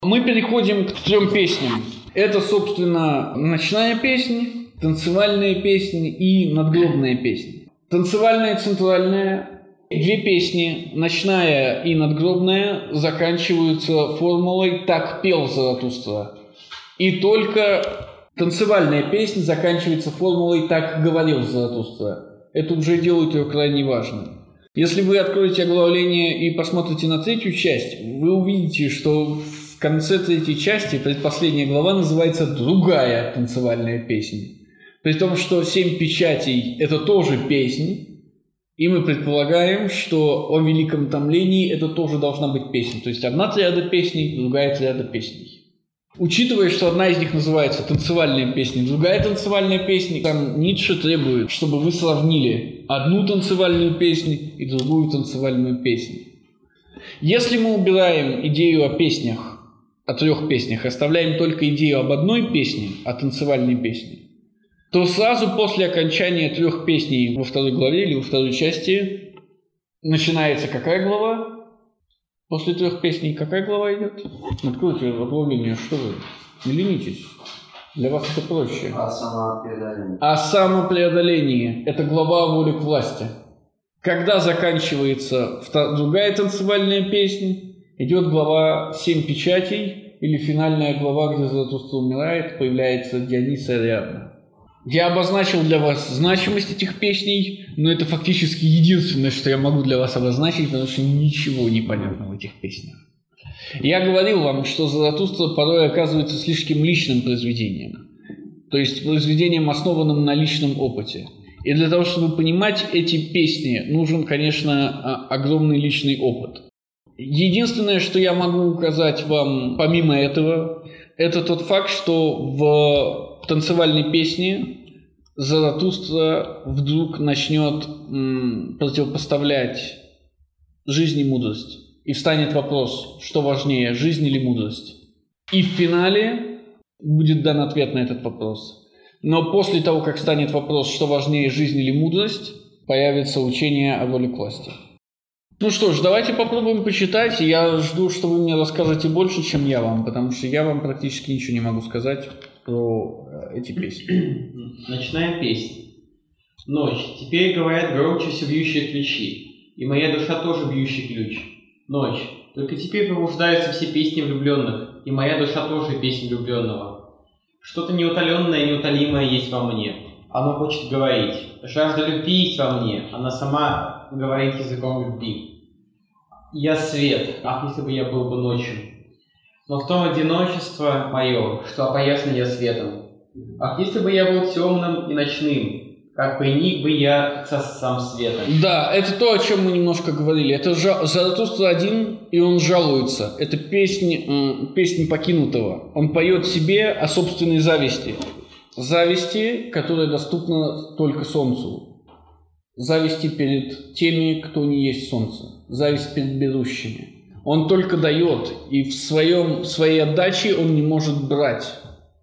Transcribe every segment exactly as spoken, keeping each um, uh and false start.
Мы переходим к трем песням. Это, собственно, ночная песня, танцевальная песня и надгробная песня. Танцевальная и центральная, две песни, ночная и надгробная, заканчиваются формулой «Так пел Заратустра». И только танцевальная песня заканчивается формулой «Так говорил Заратустра». Это уже делает ее крайне важной. Если вы откроете оглавление и посмотрите на третью часть, вы увидите, что в конце третьей части предпоследняя глава называется «Другая танцевальная песня». При том, что «Семь печатей» – это тоже песни, и мы предполагаем, что о Великом Томлении это тоже должна быть песня. То есть одна триада песней, другая триада песней. Учитывая, что одна из них называется «Танцевальная песня», другая танцевальная песня, там Ницше требует, чтобы вы сравнили одну танцевальную песню и другую танцевальную песню. Если мы убираем идею о песнях, о трех песнях, оставляем только идею об одной песне, о танцевальной песне, то сразу после окончания трех песней во второй главе или во второй части начинается какая глава? После трех песней какая глава идет? Откройте оглавление, что вы? Не ленитесь. Для вас это проще. О самопреодолении. О самопреодолении. Это глава о воле к власти. Когда заканчивается другая танцевальная песня, идет глава «Семь печатей» или финальная глава, где Заратустра умирает, появляется Дионис и Ариадна. Я обозначил для вас значимость этих песней, но это фактически единственное, что я могу для вас обозначить, потому что ничего не понятно в этих песнях. Я говорил вам, что Заратустра порой оказывается слишком личным произведением, то есть произведением, основанным на личном опыте. И для того, чтобы понимать эти песни, нужен, конечно, огромный личный опыт. Единственное, что я могу указать вам помимо этого, это тот факт, что в танцевальной песне Заратустра вдруг начнет м, противопоставлять жизнь и мудрость. И встанет вопрос, что важнее, жизнь или мудрость. И в финале будет дан ответ на этот вопрос. Но после того, как встанет вопрос, что важнее, жизнь или мудрость, появится учение о воле к власти. Ну что ж, давайте попробуем почитать. Я жду, что вы мне расскажете больше, чем я вам, потому что я вам практически ничего не могу сказать про эти песни. Ночная песня. Ночь. Теперь говорят громче все бьющие ключи, и моя душа тоже бьющий ключ. Ночь. Только теперь пробуждаются все песни влюбленных, и моя душа тоже песня влюбленного. Что-то неутоленное и неутолимое есть во мне. Оно хочет говорить. Жажда любви есть во мне. Она сама говорит языком любви. Я свет. Ах, если бы я был бы ночью. Но в том одиночество мое, что опоясан я светом. Ах, если бы я был темным и ночным, как приник бы я со сам светом. Да, это то, о чем мы немножко говорили. Это жа- Заратустра один, и он жалуется. Это песня, э, песня покинутого. Он поет себе о собственной зависти. Зависти, которая доступна только солнцу. Зависти перед теми, кто не есть солнце. Зависть перед берущими. Он только дает, и в, своем, в своей отдаче он не может брать.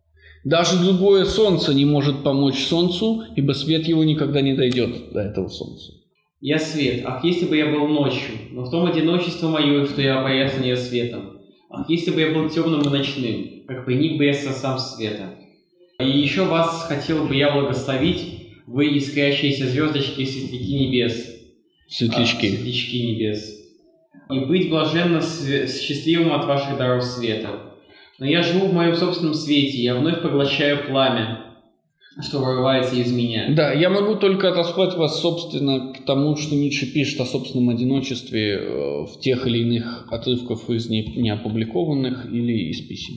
Даже другое солнце не может помочь солнцу, ибо свет его никогда не дойдет до этого солнца. Я свет. Ах, если бы я был ночью, но в том одиночество мое, что я опоясан я светом. Ах, если бы я был темным и ночным, как приник бы я со сам светом. И еще вас хотел бы я благословить, вы искрящиеся звездочки и светляки небес. Светлячки. А, светлячки небес. И быть блаженно счастливым от ваших даров света. Но я живу в моем собственном свете, я вновь поглощаю пламя, что вырывается из меня. Да, я могу только отослать вас, собственно, к тому, что Ницше пишет о собственном одиночестве в тех или иных отрывках из неопубликованных или из писем.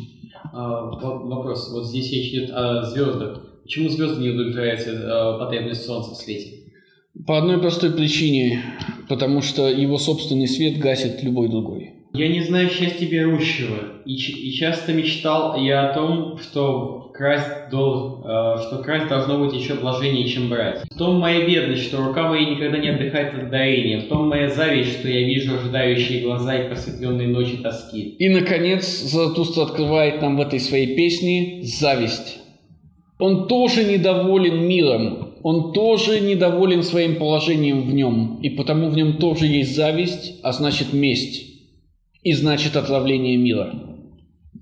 А, вопрос. Вот здесь речь идет о звездах. Почему звезды не удовлетворяют а, потребность солнца в свете? По одной простой причине, потому что его собственный свет гасит любой другой. Я не знаю счастья берущего, и, и часто мечтал я о том, что красть, дол, э, что красть должно быть еще блаженнее, чем брать. В том моя бедность, что рука моя никогда не отдыхает от дарения, в том моя зависть, что я вижу ожидающие глаза и просветленные ночи тоски. И, наконец, Заратустра открывает нам в этой своей песне зависть. Он тоже недоволен миром. Он тоже недоволен своим положением в нем, и потому в нем тоже есть зависть, а значит месть, и значит отравление мира.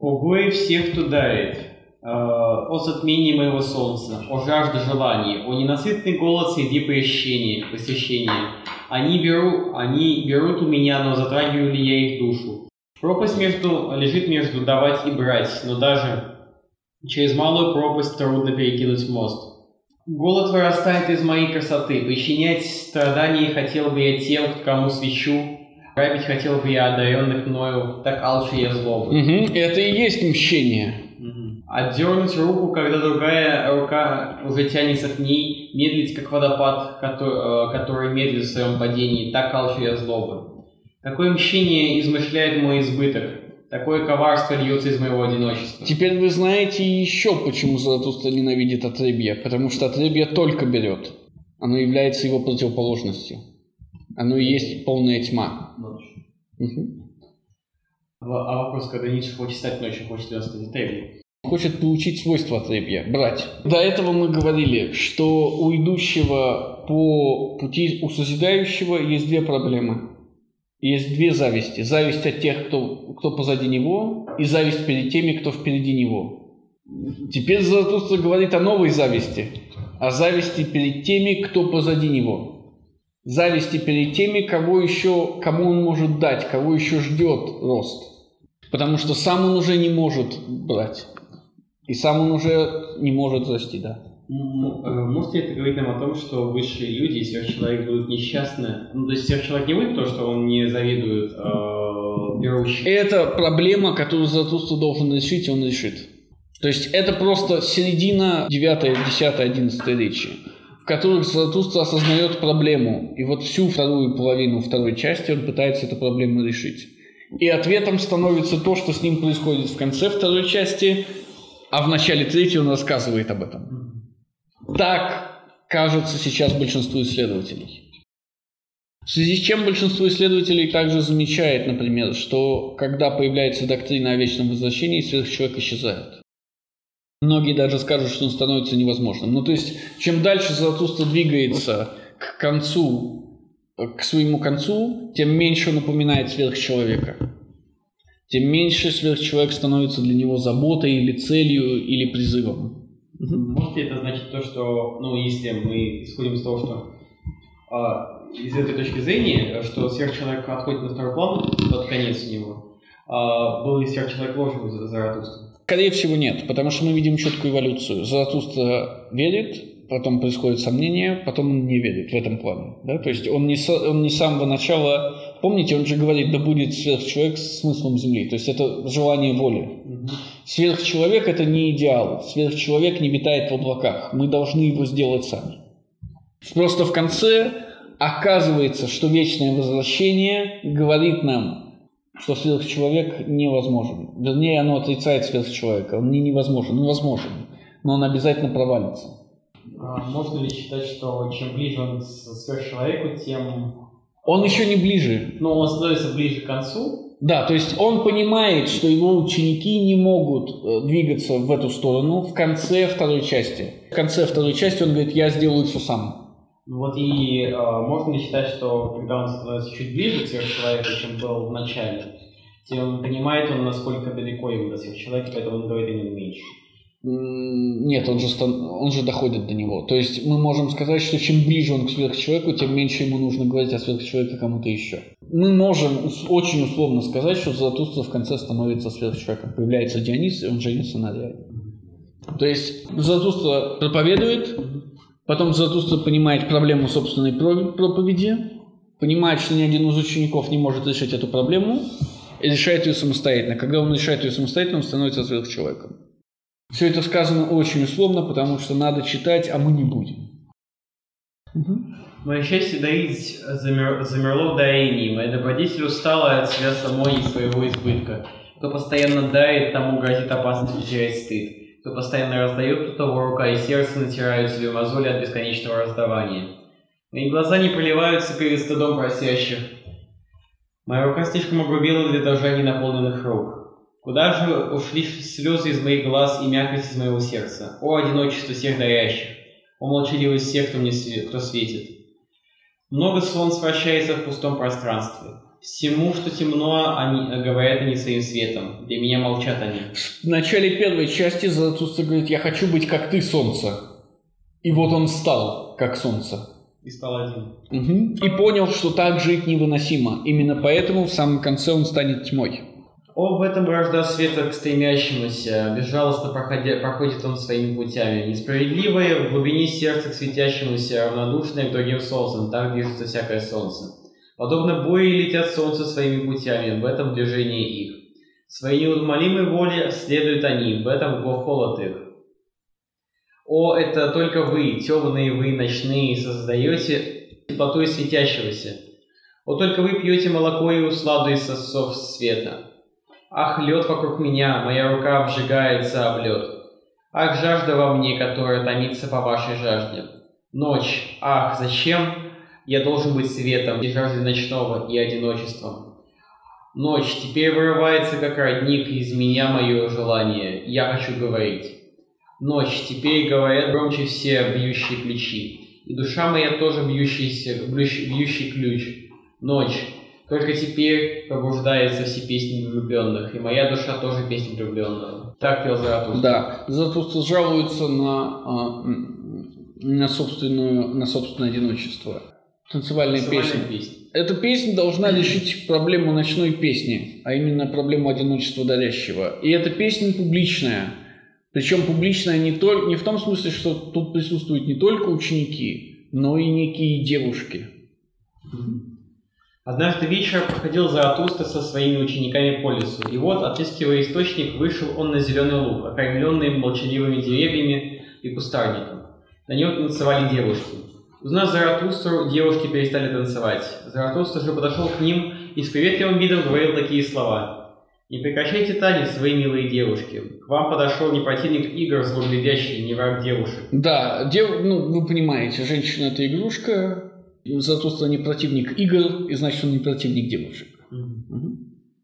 О горе всех, кто дарит, э, о затмении моего солнца, о жажде желаний, о ненасытный голод среди пресыщения, пресыщения. Они, беру, они берут у меня, но затрагиваю ли я их душу? Пропасть между, лежит между давать и брать, но даже через малую пропасть трудно перекинуть мост. Голод вырастает из моей красоты, причинять страдания хотел бы я тем, кому свечу, грабить хотел бы я одаренных мною, так алчу я злобы. Угу. Это и есть мщение. Угу. Отдернуть руку, когда другая рука уже тянется к ней, медлить, как водопад, который, который медлит в своем падении, так алчу я злобы. Какое мщение измышляет мой избыток, такое коварство льется из моего одиночества. Теперь вы знаете еще, почему Заратустра ненавидит отребье. Потому что отребье только берет. Оно является его противоположностью. Оно и есть полная тьма. Ночь. Угу. А вопрос, когда Ницше хочет стать ночью, хочет ли он стать отребьем? Хочет получить свойства отребья, брать. До этого мы говорили, что у идущего по пути, у созидающего есть две проблемы. Есть две зависти. Зависть от тех, кто, кто позади него, и зависть перед теми, кто впереди него. Теперь Заратустра говорит о новой зависти. О зависти перед теми, кто позади него. Зависти перед теми, кого еще, кому он может дать, кого еще ждет рост. Потому что сам он уже не может брать. И сам он уже не может расти, да. Может ли это говорить нам о том, что высшие люди и сверхчеловек будут несчастны? Ну, то есть сверхчеловек не будет то, что он не завидует э, берущим? Это проблема, которую Заратустра должен решить, и он решит. То есть это просто середина девятой, десятой, одиннадцатой речи, в которых Заратустра осознает проблему. И вот всю вторую половину второй части он пытается эту проблему решить. И ответом становится то, что с ним происходит в конце второй части, а в начале третьей он рассказывает об этом. Так кажется сейчас большинству исследователей. В связи с чем большинство исследователей также замечает, например, что когда появляется доктрина о вечном возвращении, сверхчеловек исчезает. Многие даже скажут, что он становится невозможным. Ну, то есть, чем дальше Заратустра двигается к концу, к своему концу, тем меньше он напоминает сверхчеловека. Тем меньше сверхчеловек становится для него заботой или целью, или призывом. Может ли это значить то, что, ну, если мы исходим из того, что э, из этой точки зрения, что сверхчеловек отходит на второй план под конец у него, э, был ли сверхчеловек ложным за Заратустрой? Скорее всего, нет, потому что мы видим четкую эволюцию. Заратустра верит, потом происходит сомнение, потом он не верит в этом плане. Да? То есть он не, он не с самого начала... Помните, он же говорит, да будет сверхчеловек с смыслом Земли. То есть это желание воли. Угу. Сверхчеловек – это не идеал. Сверхчеловек не витает в облаках. Мы должны его сделать сами. Просто в конце оказывается, что вечное возвращение говорит нам, что сверхчеловек невозможен. Вернее, оно отрицает сверхчеловека. Он не невозможен. Он возможен, но он обязательно провалится. А можно ли считать, что чем ближе он к сверхчеловеку, тем... Он еще не ближе. Но он становится ближе к концу? Да, то есть он понимает, что его ученики не могут двигаться в эту сторону в конце второй части. В конце второй части он говорит, я сделаю все сам. Вот и э, можно ли считать, что когда он становится чуть ближе к сверхчеловеку, чем был в начале, тем понимает он, насколько далеко ему до сверхчеловека, поэтому он говорит о нем меньше? Нет, он же, он же доходит до него. То есть мы можем сказать, что чем ближе он к сверхчеловеку, тем меньше ему нужно говорить о сверхчеловеке кому-то еще. Мы можем очень условно сказать, что Заратустра в конце становится сверхчеловеком. Появляется Дионис, и он женится на Ариадне. То есть Заратустра проповедует, потом Заратустра понимает проблему собственной проповеди, понимает, что ни один из учеников не может решить эту проблему, и решает ее самостоятельно. Когда он решает ее самостоятельно, он становится сверхчеловеком. Все это сказано очень условно, потому что надо читать, а мы не будем. Угу. Мое счастье дарить замер... замерло в дарении. Моя добродетель устала от себя самой и своего избытка. Кто постоянно дарит, тому грозит опасность потерять стыд. Кто постоянно раздает, то того рука и сердце натирают себе мозоли от бесконечного раздавания. Мои глаза не проливаются перед стыдом просящих. Моя рука слишком огрубела для дрожания наполненных рук. Куда же ушли слезы из моих глаз и мягкость из моего сердца? О, одиночество всех дарящих! О, молчаливость всех, кто мне свет, кто светит! Много солнц вращается в пустом пространстве. Всему, что темно, они, говорят они своим светом. Для меня молчат они. В начале первой части Заратустра говорит: я хочу быть как ты, солнце. И вот он стал как солнце. И стал один. Угу. И понял, что так жить невыносимо. Именно поэтому в самом конце он станет тьмой. О, в этом вражда света к стремящемуся, безжалостно проходя, проходит он своими путями. Несправедливое в глубине сердца к светящемуся, равнодушное к другим солнцам, так движется всякое солнце. Подобно бури летят солнце своими путями, в этом движении их. Своей неудмолимой воле следуют они, в этом холод их. О, это только вы, темные вы, ночные, создаете теплотой светящегося. О, только вы пьете молоко и усладу из сосцов света. Ах, лед вокруг меня, моя рука обжигается об лед. Ах, жажда во мне, которая томится по вашей жажде. Ночь, ах, зачем я должен быть светом и жаждой ночного и одиночеством? Ночь теперь вырывается, как родник, из меня мое желание, я хочу говорить. Ночь теперь говорят громче все бьющие ключи, и душа моя тоже бьющийся, бьющий ключ. Ночь, только теперь пробуждаются все песни влюбленных, и моя душа тоже песня влюбленного. Так пел Заратустра. Да, Заратустра жалуется на, на, собственную, на собственное одиночество. Танцевальная песня. песня. Эта песня должна решить проблему ночной песни, а именно проблему одиночества дарящего. И эта песня публичная. Причем публичная не, только, не в том смысле, что тут присутствуют не только ученики, но и некие девушки. Однажды вечером проходил Заратустра со своими учениками по лесу, и вот, отыскивая источник, вышел он на зеленый луг, окаймленный молчаливыми деревьями и кустарником. На нем танцевали девушки. Узнав Заратустру, девушки перестали танцевать. Заратустра же подошел к ним и с приветливым видом говорил такие слова: «Не прекращайте танец, свои милые девушки. К вам подошел не противник игр, злоглядящий, не враг девушек». Да, дев... ну, вы понимаете, женщина – это игрушка, Заратустра не противник игр, и значит, он не противник девушек. Mm-hmm. Угу.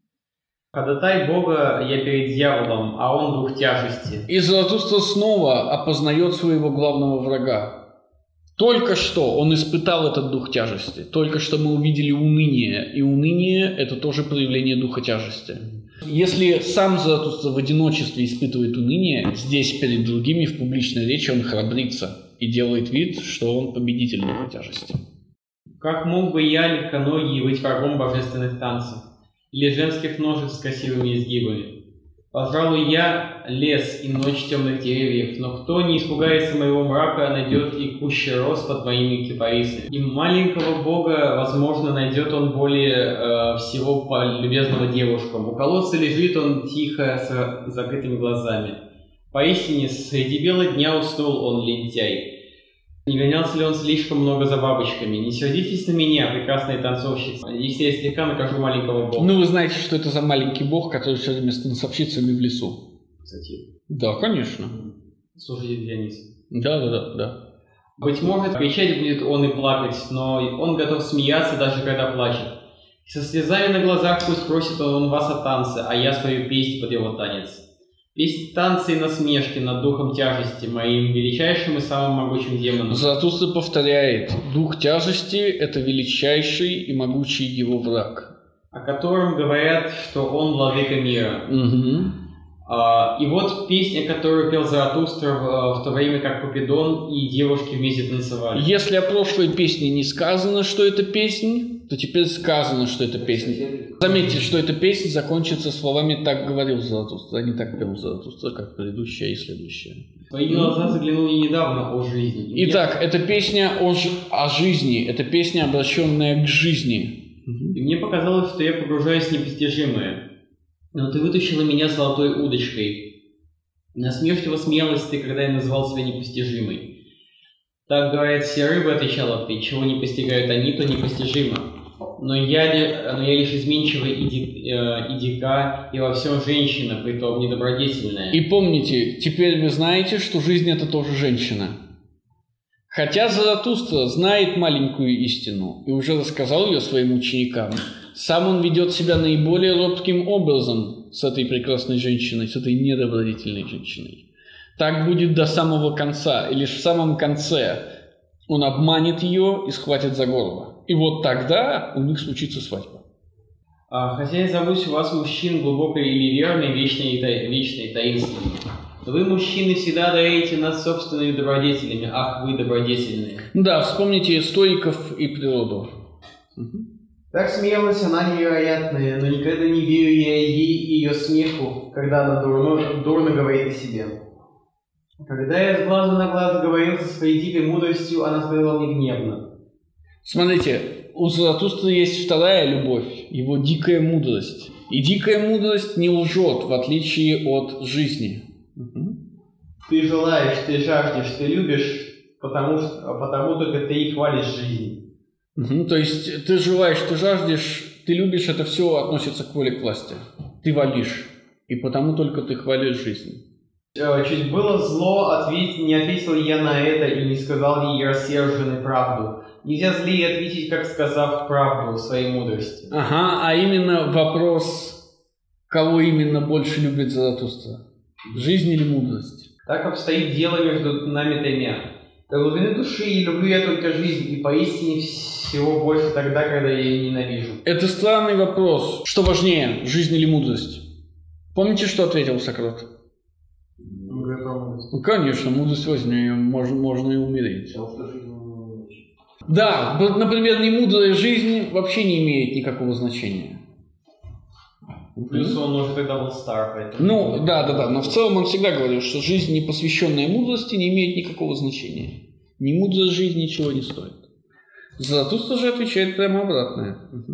«Ходатай Бога я перед дьяволом, а он дух тяжести». И Заратустра снова опознает своего главного врага. Только что он испытал этот дух тяжести. Только что мы увидели уныние. И уныние – это тоже проявление духа тяжести. Если сам Заратустра в одиночестве испытывает уныние, здесь перед другими в публичной речи он храбрится и делает вид, что он победитель духа тяжести. «Как мог бы я, легконогий, быть врагом божественных танцев или женских ножек с красивыми изгибами? Пожалуй, я лес и ночь темных деревьев, но кто не испугается моего мрака, найдет и кущий рост под моими кипарисами. И маленького бога, возможно, найдет он более э, всего любезного девушкам. У колодца лежит он тихо, с закрытыми глазами. Поистине, среди бела дня уснул он, лентяй. Не гонялся ли он слишком много за бабочками? Не сердитесь на меня, прекрасные танцовщицы, если я слегка накажу маленького бога». Ну, вы знаете, что это за маленький бог, который все время с танцовщицами в лесу. Кстати. Да, конечно. Слушайте, Дионис. Да, да, да, да. Быть может, кричать будет он и плакать, но он готов смеяться, даже когда плачет. И со слезами на глазах пусть просит он вас о танце, а я спою песнь под его танец. Песнь танцы и насмешки над духом тяжести, моим величайшим и самым могучим демоном. Заратустра повторяет: дух тяжести – это величайший и могучий его враг, о котором говорят, что он владыка мира. Угу. А, и вот песня, которую пел Заратустра в, в то время, как Купидон и девушки вместе танцевали. Если о прошлой песне не сказано, что это песня, то теперь сказано, что это песня. Заметьте, что эта песня закончится словами «так говорил Заратустра», а не «так пел Заратустра», как предыдущая и следующая. В твои глаза заглянули недавно о жизни. Итак, это песня о, о жизни, это песня, обращенная к жизни. И мне показалось, что я погружаюсь в непостижимое. Но ты вытащила меня золотой удочкой. Насмешливо смеялась ты, когда я назвал себя непостижимой. Так говорят все рыбы, отвечала ты, чего не постигают они, то непостижимо. Но я, но я лишь изменчива и, ди, э, и дика, и во всем женщина, притом недобродетельная. И помните, теперь вы знаете, что жизнь – это тоже женщина. Хотя Заратустра знает маленькую истину и уже рассказал ее своим ученикам, сам он ведет себя наиболее робким образом с этой прекрасной женщиной, с этой недобродетельной женщиной. Так будет до самого конца, и лишь в самом конце он обманет ее и схватит за горло. И вот тогда у них случится свадьба. А, хотя я зовусь у вас мужчин глубокой или верной, вечной и, та... вечной, таинственной. Но вы, мужчины, всегда даете нас собственными добродетелями. Ах, вы добродетельные. Да, вспомните стоиков и природу. Так смеялась она невероятная, но никогда не верю я ей и ее смеху, когда она дурно, дурно говорит о себе. Когда я с глазу на глаз говорил со своей дикой мудростью, она сказала мне гневно. Смотрите, у Заратустры есть вторая любовь, его дикая мудрость. И дикая мудрость не лжет, в отличие от жизни. Угу. Ты желаешь, ты жаждешь, ты любишь, потому, что, потому только ты и хвалишь жизнь. Угу. То есть ты желаешь, ты жаждешь, ты любишь, это все относится к воле к власти. Ты валишь, и потому только ты хвалишь жизнь. Чуть было зло, ответь, не ответил я на это и не сказал ей рассерженной правду. Нельзя злее ответить, как сказав правду своей мудрости. Ага, а именно вопрос, кого именно больше любит Заратустра? Жизнь или мудрость? Так обстоит дело между нами тремя. До глубины души и люблю я только жизнь, и поистине всего больше тогда, когда я ее ненавижу. Это странный вопрос. Что важнее, жизнь или мудрость? Помните, что ответил Сократ? Ну, конечно, мудрость важнее, можно, можно и умереть. Да, например, немудрая жизнь вообще не имеет никакого значения. Плюс он уже тогда был стар, поэтому... Ну, да, да, да, но в целом он всегда говорил, что жизнь, не посвященная мудрости, не имеет никакого значения. Ни мудрая жизнь ничего не стоит. Заратустра же отвечает прямо обратное. Угу.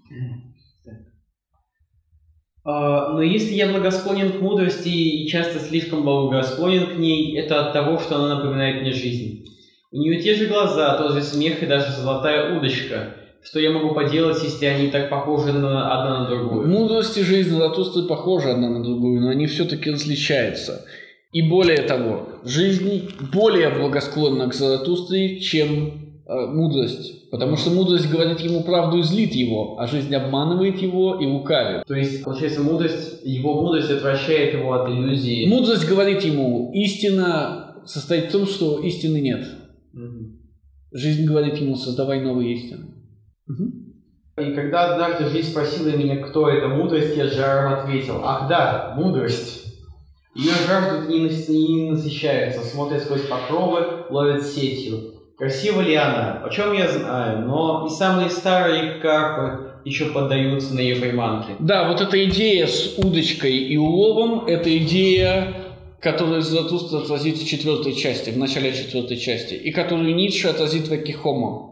Uh, но если я благосклонен к мудрости и часто слишком благосклонен к ней, это от того, что она напоминает мне жизнь. У нее те же глаза, тот же смех и даже золотая удочка. Что я могу поделать, если они так похожи на, одна на другую? Мудрость и жизнь Заратустры похожи одна на другую, но они все-таки различаются. И более того, жизнь более благосклонна к Заратустре, чем э, мудрость. Потому что мудрость говорит ему правду и злит его, а жизнь обманывает его и лукавит. То есть, получается, мудрость, его мудрость отвращает его от иллюзии. Мудрость говорит ему, истина состоит в том, что истины нет. Угу. Жизнь говорит ему, создавай новые истины. Угу. И когда однажды жизнь спросила меня, кто это мудрость, я с жаром ответил: ах да, мудрость. Ее жаждут и не насыщаются, смотрят сквозь покровы, ловят сетью. Красива ли она? О чем я знаю, но и самые старые карпы еще поддаются на ее приманки. Да, вот эта идея с удочкой и уловом, это идея, которую Заратустра отразит в четвертой части, в начале четвертой части, и которую Ницше отразит в Экке Хомо.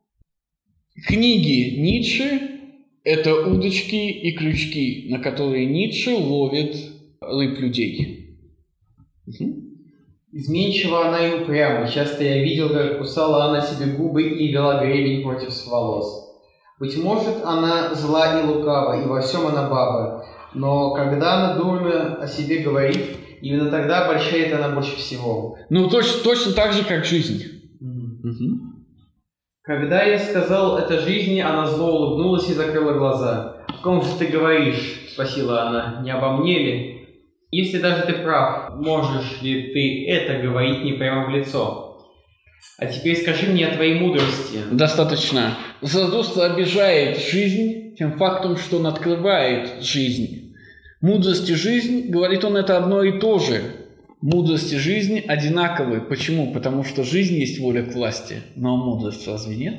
Книги Ницше – это удочки и крючки, на которые Ницше ловит рыб людей. Угу. Изменчива она и упряма. Часто я видел, как кусала она себе губы и вела гребень против волос. Быть может, она зла и лукава, и во всем она баба. Но когда она дурно о себе говорит, именно тогда обольщает она больше всего. Ну, точно, точно так же, как жизнь. Mm-hmm. Угу. Когда я сказал это жизни, она зло улыбнулась и закрыла глаза. «О ком же ты говоришь?» – спросила она. «Не обо мне ли? Если даже ты прав, можешь ли ты это говорить не прямо в лицо? А теперь скажи мне о твоей мудрости». Достаточно. Заратустра обижает жизнь тем фактом, что он открывает жизнь. Мудрость и жизнь, говорит он, это одно и то же. Мудрость и жизнь одинаковы. Почему? Потому что жизнь есть воля к власти, но мудрость разве нет?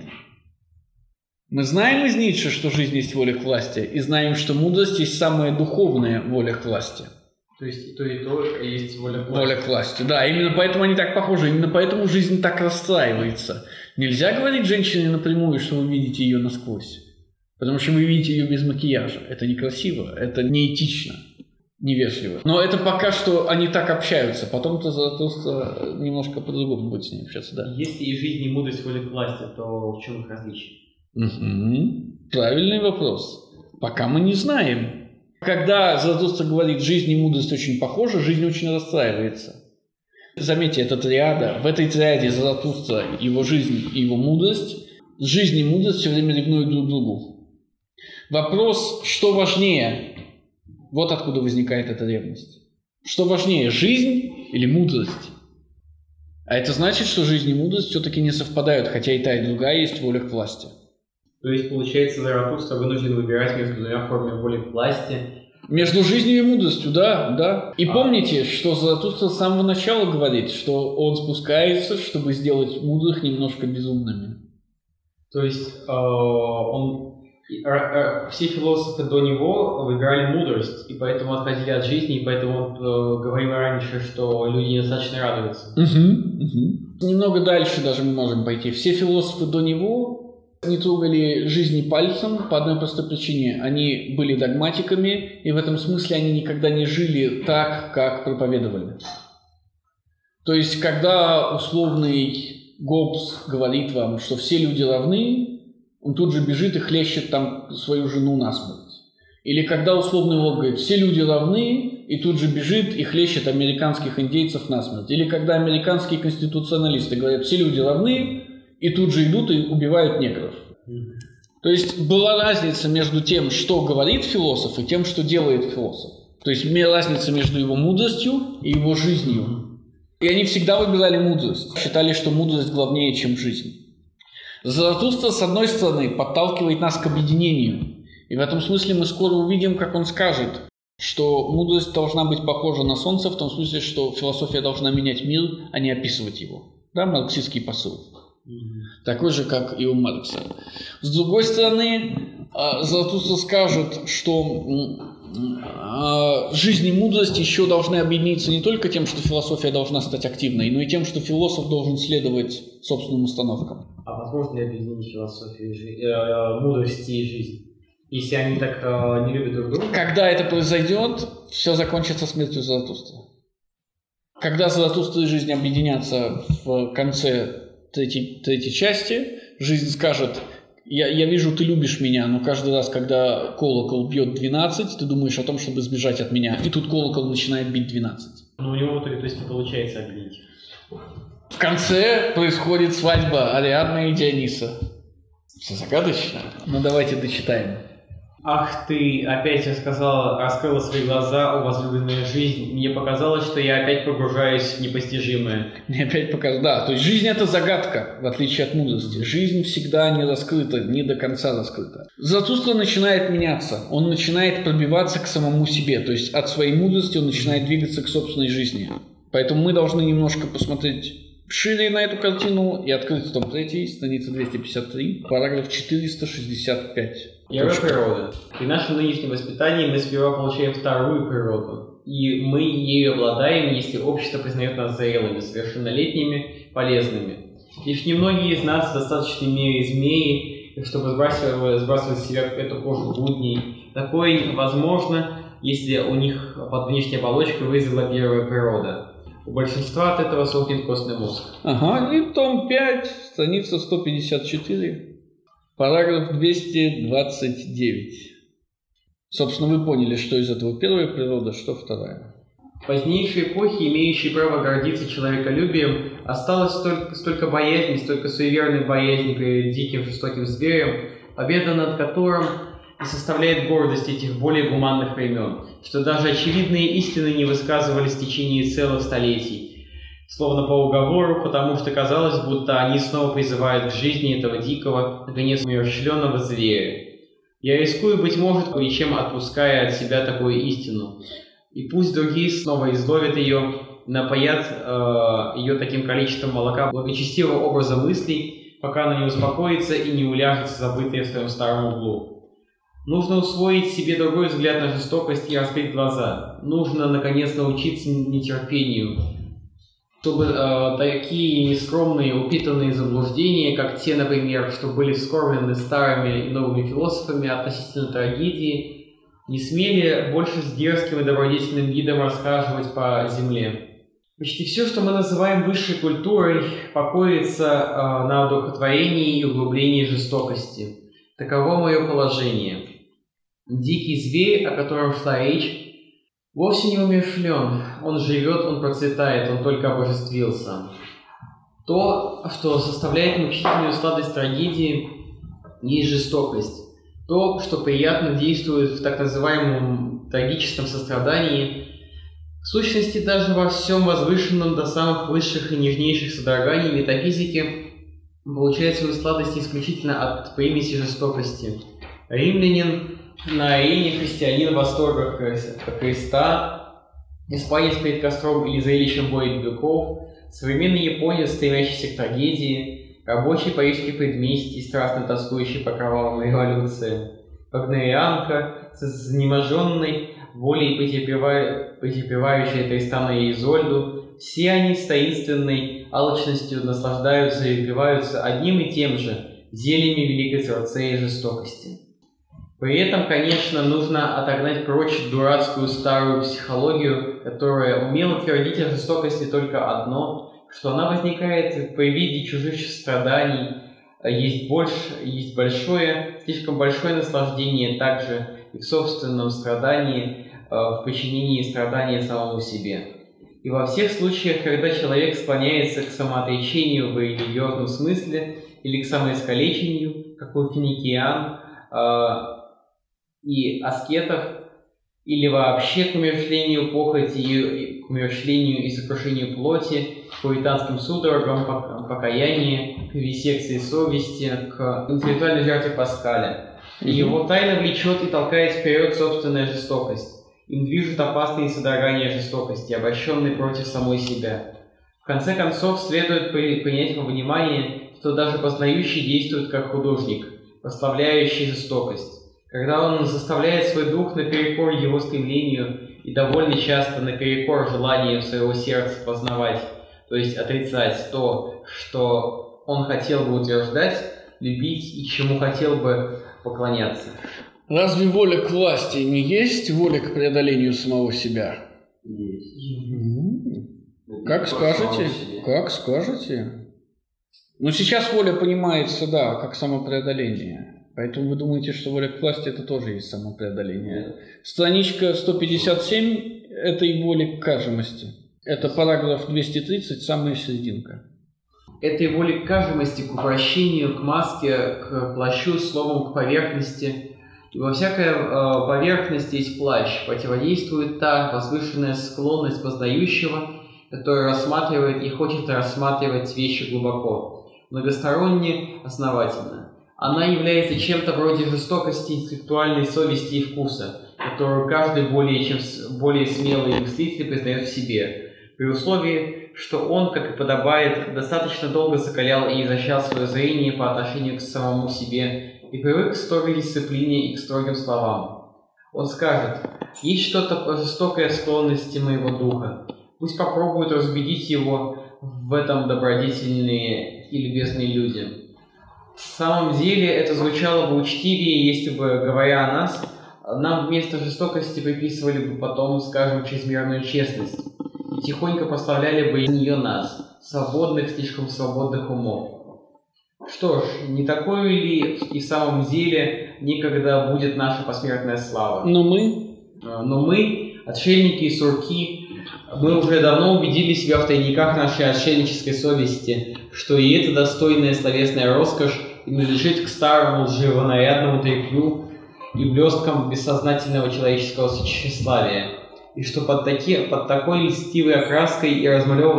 Мы знаем из Ницше, что жизнь есть воля к власти, и знаем, что мудрость есть самая духовная воля к власти. То есть и то, и то есть воля к власти. Воля к власти, да. Именно поэтому они так похожи, именно поэтому жизнь так расстраивается. Нельзя говорить женщине напрямую, что вы видите ее насквозь. Потому что вы видите ее без макияжа. Это некрасиво, это неэтично, невежливо. Но это пока что они так общаются. Потом-то Заратустра немножко по-другому будет с ней общаться, да. Если и жизнь, и мудрость воля к власти, то в чем их различие? Угу. Правильный вопрос. Пока мы не знаем. Когда Заратустра говорит, жизнь и мудрость очень похожи, жизнь очень расстраивается. Заметьте, это триада. В этой триаде Заратустра, его жизнь и его мудрость, жизнь и мудрость все время ревнуют друг к другу. Вопрос, что важнее? Вот откуда возникает эта ревность. Что важнее, жизнь или мудрость? А это значит, что жизнь и мудрость все-таки не совпадают, хотя и та, и другая есть воля к власти. То есть, получается, Заратустра вынужден выбирать между двумя формами воли к власти. Между жизнью и мудростью, да, да. И а. помните, что Заратустра с самого начала говорит, что он спускается, чтобы сделать мудрых немножко безумными. То есть, э, он... все философы до него выбирали мудрость, и поэтому отходили от жизни, и поэтому он э, говорил раньше, что люди недостаточно радуются. Угу, угу. Немного дальше даже мы можем пойти. Все философы до него не трогали жизни пальцем по одной простой причине. Они были догматиками, и в этом смысле они никогда не жили так, как проповедовали. То есть, когда условный Гоббс говорит вам, что все люди равны, он тут же бежит и хлещет там свою жену насмерть. Или когда условный Лок говорит, все люди равны, и тут же бежит и хлещет американских индейцев насмерть. Или когда американские конституционалисты говорят, все люди равны, и тут же идут и убивают негров. То есть была разница между тем, что говорит философ, и тем, что делает философ. То есть разница между его мудростью и его жизнью. И они всегда выбирали мудрость. Считали, что мудрость главнее, чем жизнь. Заратустра, с одной стороны, подталкивает нас к объединению. И в этом смысле мы скоро увидим, как он скажет, что мудрость должна быть похожа на солнце, в том смысле, что философия должна менять мир, а не описывать его. Да, марксистский посыл. Mm-hmm. Такой же, как и у Маркса. С другой стороны, Заратустра скажет, что жизнь и мудрость еще должны объединиться не только тем, что философия должна стать активной, но и тем, что философ должен следовать собственным установкам. А возможно ли объединить философию и жизнь, э, мудрость и жизнь, если они так э, не любят друг друга? Когда это произойдет, все закончится смертью Заратустры. Когда Заратустра и жизнь объединятся в конце третьей, третьей части, жизнь скажет: я, я вижу, ты любишь меня, но каждый раз, когда колокол бьет двенадцать, ты думаешь о том, чтобы сбежать от меня. И тут колокол начинает бить двенадцать. Но у него то есть не получается объединить. В конце происходит свадьба Ариадны и Диониса. Все загадочно. Ну давайте дочитаем. Ах ты, опять я сказала, раскрыла свои глаза, о возлюбленная жизнь. Мне показалось, что я опять погружаюсь в непостижимое. Мне опять показалось, да. То есть жизнь — это загадка, в отличие от мудрости. Жизнь всегда не раскрыта, не до конца раскрыта. Заратустра начинает меняться. Он начинает пробиваться к самому себе. То есть от своей мудрости он начинает двигаться к собственной жизни. Поэтому мы должны немножко посмотреть шире на эту картину и открыть том третий, страница двести пятьдесят три, параграф четыреста шестьдесят пять. Первая природа. При нашем нынешнем воспитании мы сперва получаем вторую природу, и мы ею обладаем, если общество признает нас зрелыми, совершеннолетними, полезными. Лишь немногие из нас в достаточной мере змеи, чтобы сбрасывать, сбрасывать с себя эту кожу будней. Такое возможно, если у них под внешней оболочкой вызрела первая природа. У большинства от этого сохнет костный мозг. Ага, и том пять, страница сто пятьдесят четыре, параграф двести двадцать девять. Собственно, вы поняли, что из этого первая природа, что вторая. В позднейшей эпохе, имеющей право гордиться человеколюбием, осталось столько, столько боязни, столько суеверной боязни перед диким жестоким зверем, победа над которым и составляет гордость этих более гуманных времен, что даже очевидные истины не высказывались в течение целых столетий, словно по уговору, потому что казалось, будто они снова призывают к жизни этого дикого, наконец умерщвленного зверя. Я рискую, быть может, кое-чем отпуская от себя такую истину. И пусть другие снова изловят ее, напоят э, ее таким количеством молока благочестивого образа мыслей, пока она не успокоится и не уляжется, забытая в своем старом углу. Нужно усвоить себе другой взгляд на жестокость и раскрыть глаза. Нужно, наконец, научиться нетерпению, чтобы э, такие нескромные, упитанные заблуждения, как те, например, что были вскормлены старыми и новыми философами относительно трагедии, не смели больше с дерзким и добродетельным видом расхаживать по земле. Почти все, что мы называем высшей культурой, покоится э, на одухотворении и углублении жестокости. Таково мое положение. Дикий зверь, о котором шла речь, вовсе не умерщвлен. Он живет, он процветает, он только обожествился. То, что составляет мучительную сладость трагедии, есть жестокость. То, что приятно действует в так называемом трагическом сострадании, в сущности даже во всем возвышенном до самых высших и нежнейших содроганий метафизики, получает свою сладость исключительно от примеси жестокости. Римлянин на арене, христианин в восторгах Христа, испанец перед костром или зрелищем боя быков, современный японец, стремящийся к трагедии, рабочий парижский предместий, страстно тоскующий по кровавым революциям, вагнерианка с изнеможенной волей претерпевающей Тристана и Изольду, все они с таинственной алчностью наслаждаются и упиваются одним и тем же зельями великой Цирцеи жестокости. При этом, конечно, нужно отогнать прочь дурацкую старую психологию, которая умела твердить о жестокости только одно, что она возникает при виде чужих страданий, есть, больше, есть большое, слишком большое наслаждение также и в собственном страдании, в причинении страдания самому себе. И во всех случаях, когда человек склоняется к самоотречению в религиозном смысле или к самоискалечению, как у финикиян и аскетов, или вообще к умерщвлению похоти, к умерщвлению и сокрушению плоти, к пуританским судорогам, покаянию, к вивисекции совести, к интеллектуальной жертве Паскаля. И его тайно влечет и толкает вперед собственная жестокость. Им движут опасные содрогания жестокости, обращенные против самой себя. В конце концов, следует принять во внимание, что даже познающий действует как художник, прославляющий жестокость. Когда он заставляет свой дух наперекор его стремлению и довольно часто наперекор желанию своего сердца познавать, то есть отрицать то, что он хотел бы утверждать, любить и чему хотел бы поклоняться. Разве воля к власти не есть воля к преодолению самого себя? Есть. Угу. Как скажете? Как скажете? Но сейчас воля понимается, да, как самопреодоление. Поэтому вы думаете, что воля к власти – это тоже есть самопреодоление. Страничка сто пятьдесят семь – это и воля к кажемости. Это параграф двести тридцать, самая серединка. Этой воли к кажемости, к упрощению, к маске, к плащу, словом, к поверхности. И во всякой э, поверхности есть плащ. Противодействует та возвышенная склонность познающего, который рассматривает и хочет рассматривать вещи глубоко, многосторонне, основательно. Она является чем-то вроде жестокости интеллектуальной совести и вкуса, которую каждый более, чем, более смелый мыслитель признает в себе, при условии, что он, как и подобает, достаточно долго закалял и изощрял свое зрение по отношению к самому себе и привык к строгой дисциплине и к строгим словам. Он скажет: «Есть что-то жестокое в склонности моего духа. Пусть попробуют разубедить его в этом добродетельные и любезные люди». В самом деле это звучало бы учтивее, если бы, говоря о нас, нам вместо жестокости приписывали бы потом, скажем, чрезмерную честность и тихонько прославляли бы из нее нас, свободных, слишком свободных умов. Что ж, не такой ли и в самом деле никогда будет наша посмертная слава? Но мы... Но мы, отшельники и сурки, мы уже давно убедили себя в тайниках нашей отшельнической совести, что и эта достойная словесная роскошь принадлежит к старому лживонарядному тряпью и блесткам бессознательного человеческого тщеславия, и что под, таки, под такой льстивой окраской и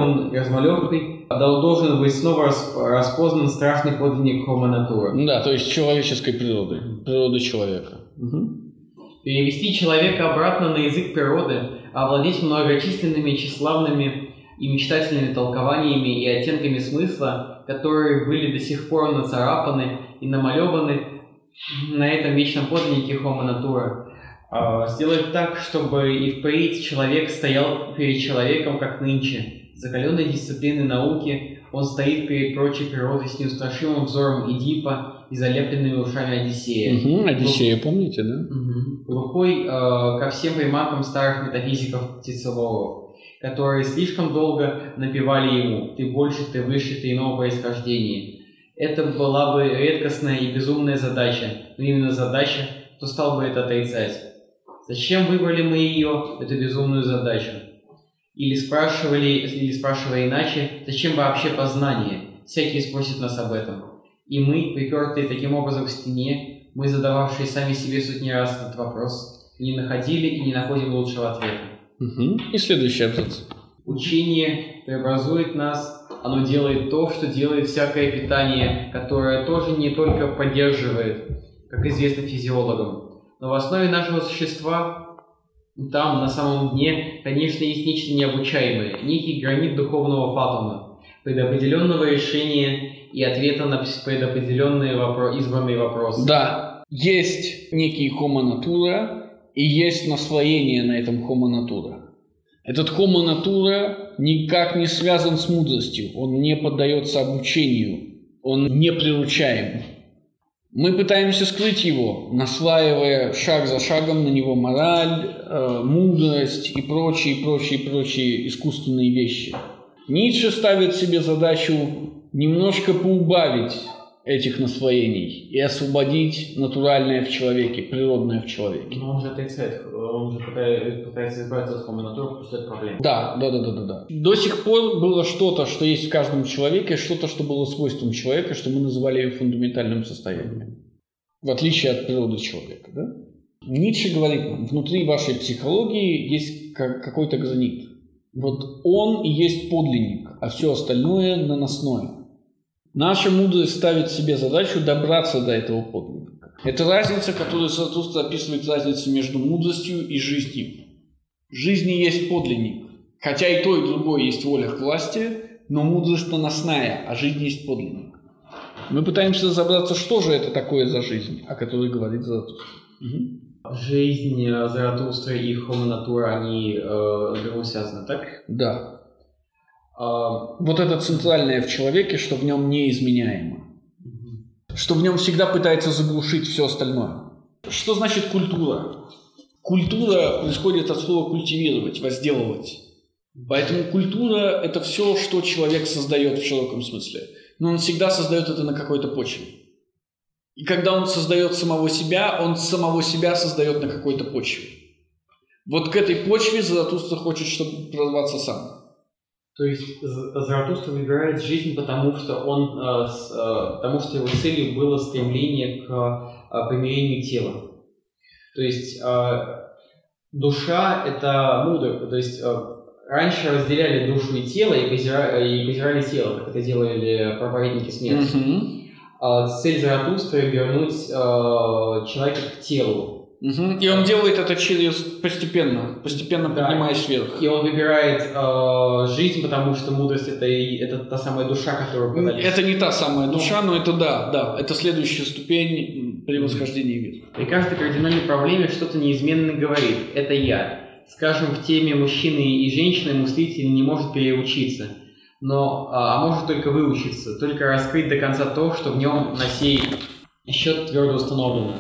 размалевкой должен быть снова распознан страшный подлинник Homo Natura. Да, то есть человеческой природы, природы человека. Угу. Перевести человека обратно на язык природы, овладеть многочисленными, тщеславными и мечтательными толкованиями и оттенками смысла, которые были до сих пор нацарапаны и намалеваны на этом вечном подлиннике Homo Natura. Сделать так, чтобы и впредь человек стоял перед человеком, как нынче. Закаленной дисциплиной науки он стоит перед прочей природой с неустрашимым взором Эдипа и залепленными ушами Одиссея. Угу, Одиссея, Глуп... помните, да? Угу. Глухой э, ко всем приманкам старых метафизиков Птицеловых, которые слишком долго напевали ему: «Ты больше, ты выше, ты иного происхождения». Это была бы редкостная и безумная задача, но именно задача, кто стал бы это отрицать. Зачем выбрали мы ее, эту безумную задачу? Или спрашивали, или спрашивая иначе, зачем вообще познание? Всякий спросит нас об этом. И мы, припертые таким образом к стене, мы, задававшие сами себе сотни раз этот вопрос, не находили и не находим лучшего ответа. Угу. И следующий абзац. Учение преобразует нас оно делает то, что делает всякое питание, которое тоже не только поддерживает, как известно физиологам, но в основе нашего существа, там, на самом дне, конечно, есть нечто необучаемое, некий гранит духовного фатума, предопределенного решения и ответа на предопределенные вопро- избранные вопросы. Да, есть некий homo natura и есть наслоение на этом homo natura. Этот homo natura никак не связан с мудростью, он не поддается обучению, он не приручаем. Мы пытаемся скрыть его, наслаивая шаг за шагом на него мораль, э, мудрость и прочие, прочие, прочие искусственные вещи. Ницше ставит себе задачу немножко поубавить этих наслоений и освободить натуральное в человеке, природное в человеке. Но он же отрицает, он же пытается избавиться от homo natura, потому что это проблема. Да, да, да, да, да, да. До сих пор было что-то, что есть в каждом человеке, что-то, что было свойством человека, что мы называли ее фундаментальным состоянием. В отличие от природы человека, да? Ницше говорит нам, внутри вашей психологии есть какой-то гранит. Вот он и есть подлинник, а все остальное наносное. Наша мудрость ставит себе задачу добраться до этого подлинника. Это разница, которую Заратустра описывает разницу между мудростью и жизнью. В жизни есть подлинник. Хотя и то, и другое есть воля к власти, но мудрость наносная, а жизнь есть подлинник. Мы пытаемся разобраться, что же это такое за жизнь, о которой говорит Заратустра. Угу. Жизнь Заратустры и homo natura, они э, взаимосвязаны, так? Да. Вот это центральное в человеке, что в нем неизменяемо. Что в нем всегда пытается заглушить все остальное. Что значит культура? Культура происходит от слова культивировать, возделывать. Поэтому культура – это все, что человек создает в широком смысле. Но он всегда создает это на какой-то почве. И когда он создает самого себя, он самого себя создает на какой-то почве. Вот к этой почве Заратустра хочет, чтобы прорваться сам. То есть Заратустра выбирает жизнь, потому что он, э, с, э, потому что его целью было стремление к э, примирению тела. То есть э, душа – это мудро. То есть э, раньше разделяли душу и тело и презирали, и презирали тело, как это делали проповедники смерти. Mm-hmm. Э, цель Заратустры – вернуть э, человека к телу. Угу. И он делает это через постепенно, постепенно да. поднимаясь вверх. И он выбирает э, жизнь, потому что мудрость это, это та самая душа, которую подали. Это не та самая душа, но это да, да, это следующая ступень при восхождении вверх. При каждой кардинальной проблеме что-то неизменно говорит. Это я. Скажем, в теме мужчины и женщины мыслитель не может переучиться, но а, может только выучиться, только раскрыть до конца то, что в нем на сей счет твердо установлено.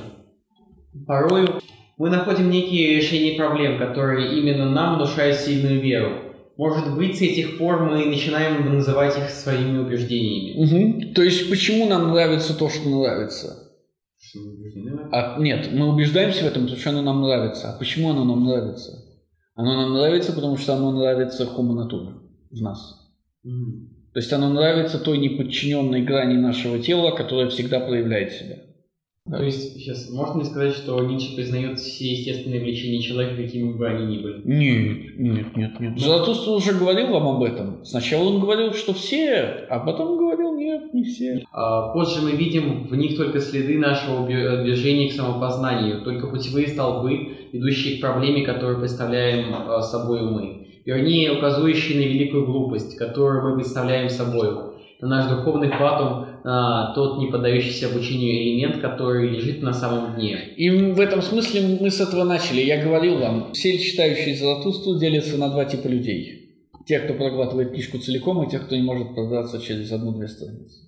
Порой мы находим некие решения проблем, которые именно нам внушают сильную веру. Может быть, с этих пор мы начинаем называть их своими убеждениями. Угу. То есть, почему нам нравится то, что нравится? Что мы убеждены? А, нет, мы убеждаемся в этом, потому что оно нам нравится. А почему оно нам нравится? Оно нам нравится, потому что оно нравится homo natura в нас. Угу. То есть, оно нравится той неподчиненной грани нашего тела, которая всегда проявляет себя. Да. То есть, сейчас, можно мне сказать, что Ницше признает все естественные влечения человека, какими бы они ни были? Нет, нет, нет, нет. Заратустра уже говорил вам об этом. Сначала он говорил, что все, а потом говорил, нет, не все. А позже мы видим в них только следы нашего движения к самопознанию, только путевые столбы, ведущие к проблеме, которую представляем а, собой мы. Вернее, указывающие на великую глупость, которую мы представляем собой. На наш духовный фатум, а, тот не поддающийся обучению элемент, который лежит на самом дне. И в этом смысле мы с этого начали. Я говорил вам, все читающие Заратустру делятся на два типа людей. Тех, кто проглатывает книжку целиком, и тех, кто не может продаться через одну-две страницы.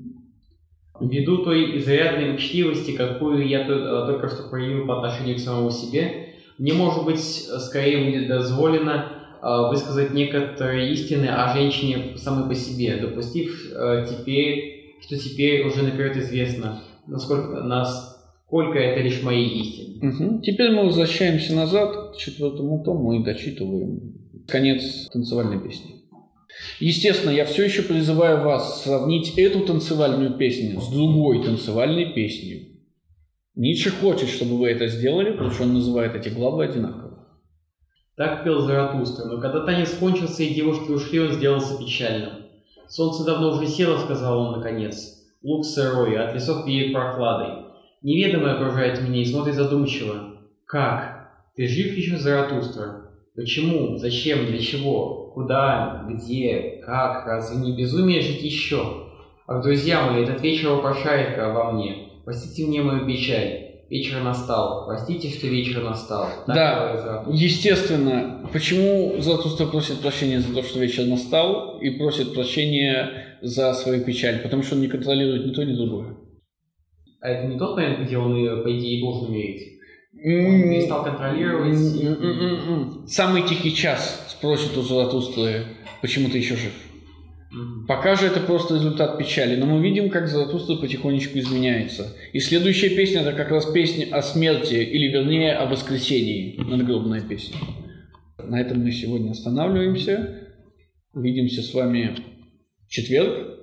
Ввиду той изрядной учтивости, какую я только что проявил по отношению к самому себе, мне, может быть, скорее будет дозволено высказать некоторые истины о женщине самой по себе, допустив э, теперь, что теперь уже наперед известно, насколько, насколько это лишь мои истины. Угу. Теперь мы возвращаемся назад к четвертому тому и дочитываем конец танцевальной песни. Естественно, я все еще призываю вас сравнить эту танцевальную песню с другой танцевальной песней. Ницше хочет, чтобы вы это сделали, потому что он называет эти главы одинаково. Так пел Заратустра, но когда танец кончился и девушки ушли, он сделался печальным. Солнце давно уже село, сказал он наконец. Луг сырой, от лесов веет прохладой. Неведомое окружает меня и смотрит задумчиво. Как? Ты жив еще, Заратустра? Почему? Зачем? Для чего? Куда? Где? Как? Разве не безумие жить еще? Ах, друзья мои, этот вечер вопрошает во мне. Простите мне мою печаль. Вечер настал. Простите, что вечер настал. Так да, естественно. Почему Заратустра просит прощения за то, что вечер настал, и просит прощения за свою печаль? Потому что он не контролирует ни то, ни другое. А это не тот момент, где он, по идее, должен умереть? Он не стал контролировать? Самый тихий час спросит у Заратустры, почему ты еще жив? Пока же это просто результат печали, но мы видим, как Заратустра потихонечку изменяется. И следующая песня – это как раз песня о смерти, или вернее о воскресении, надгробная песня. На этом мы сегодня останавливаемся. Увидимся с вами в четверг.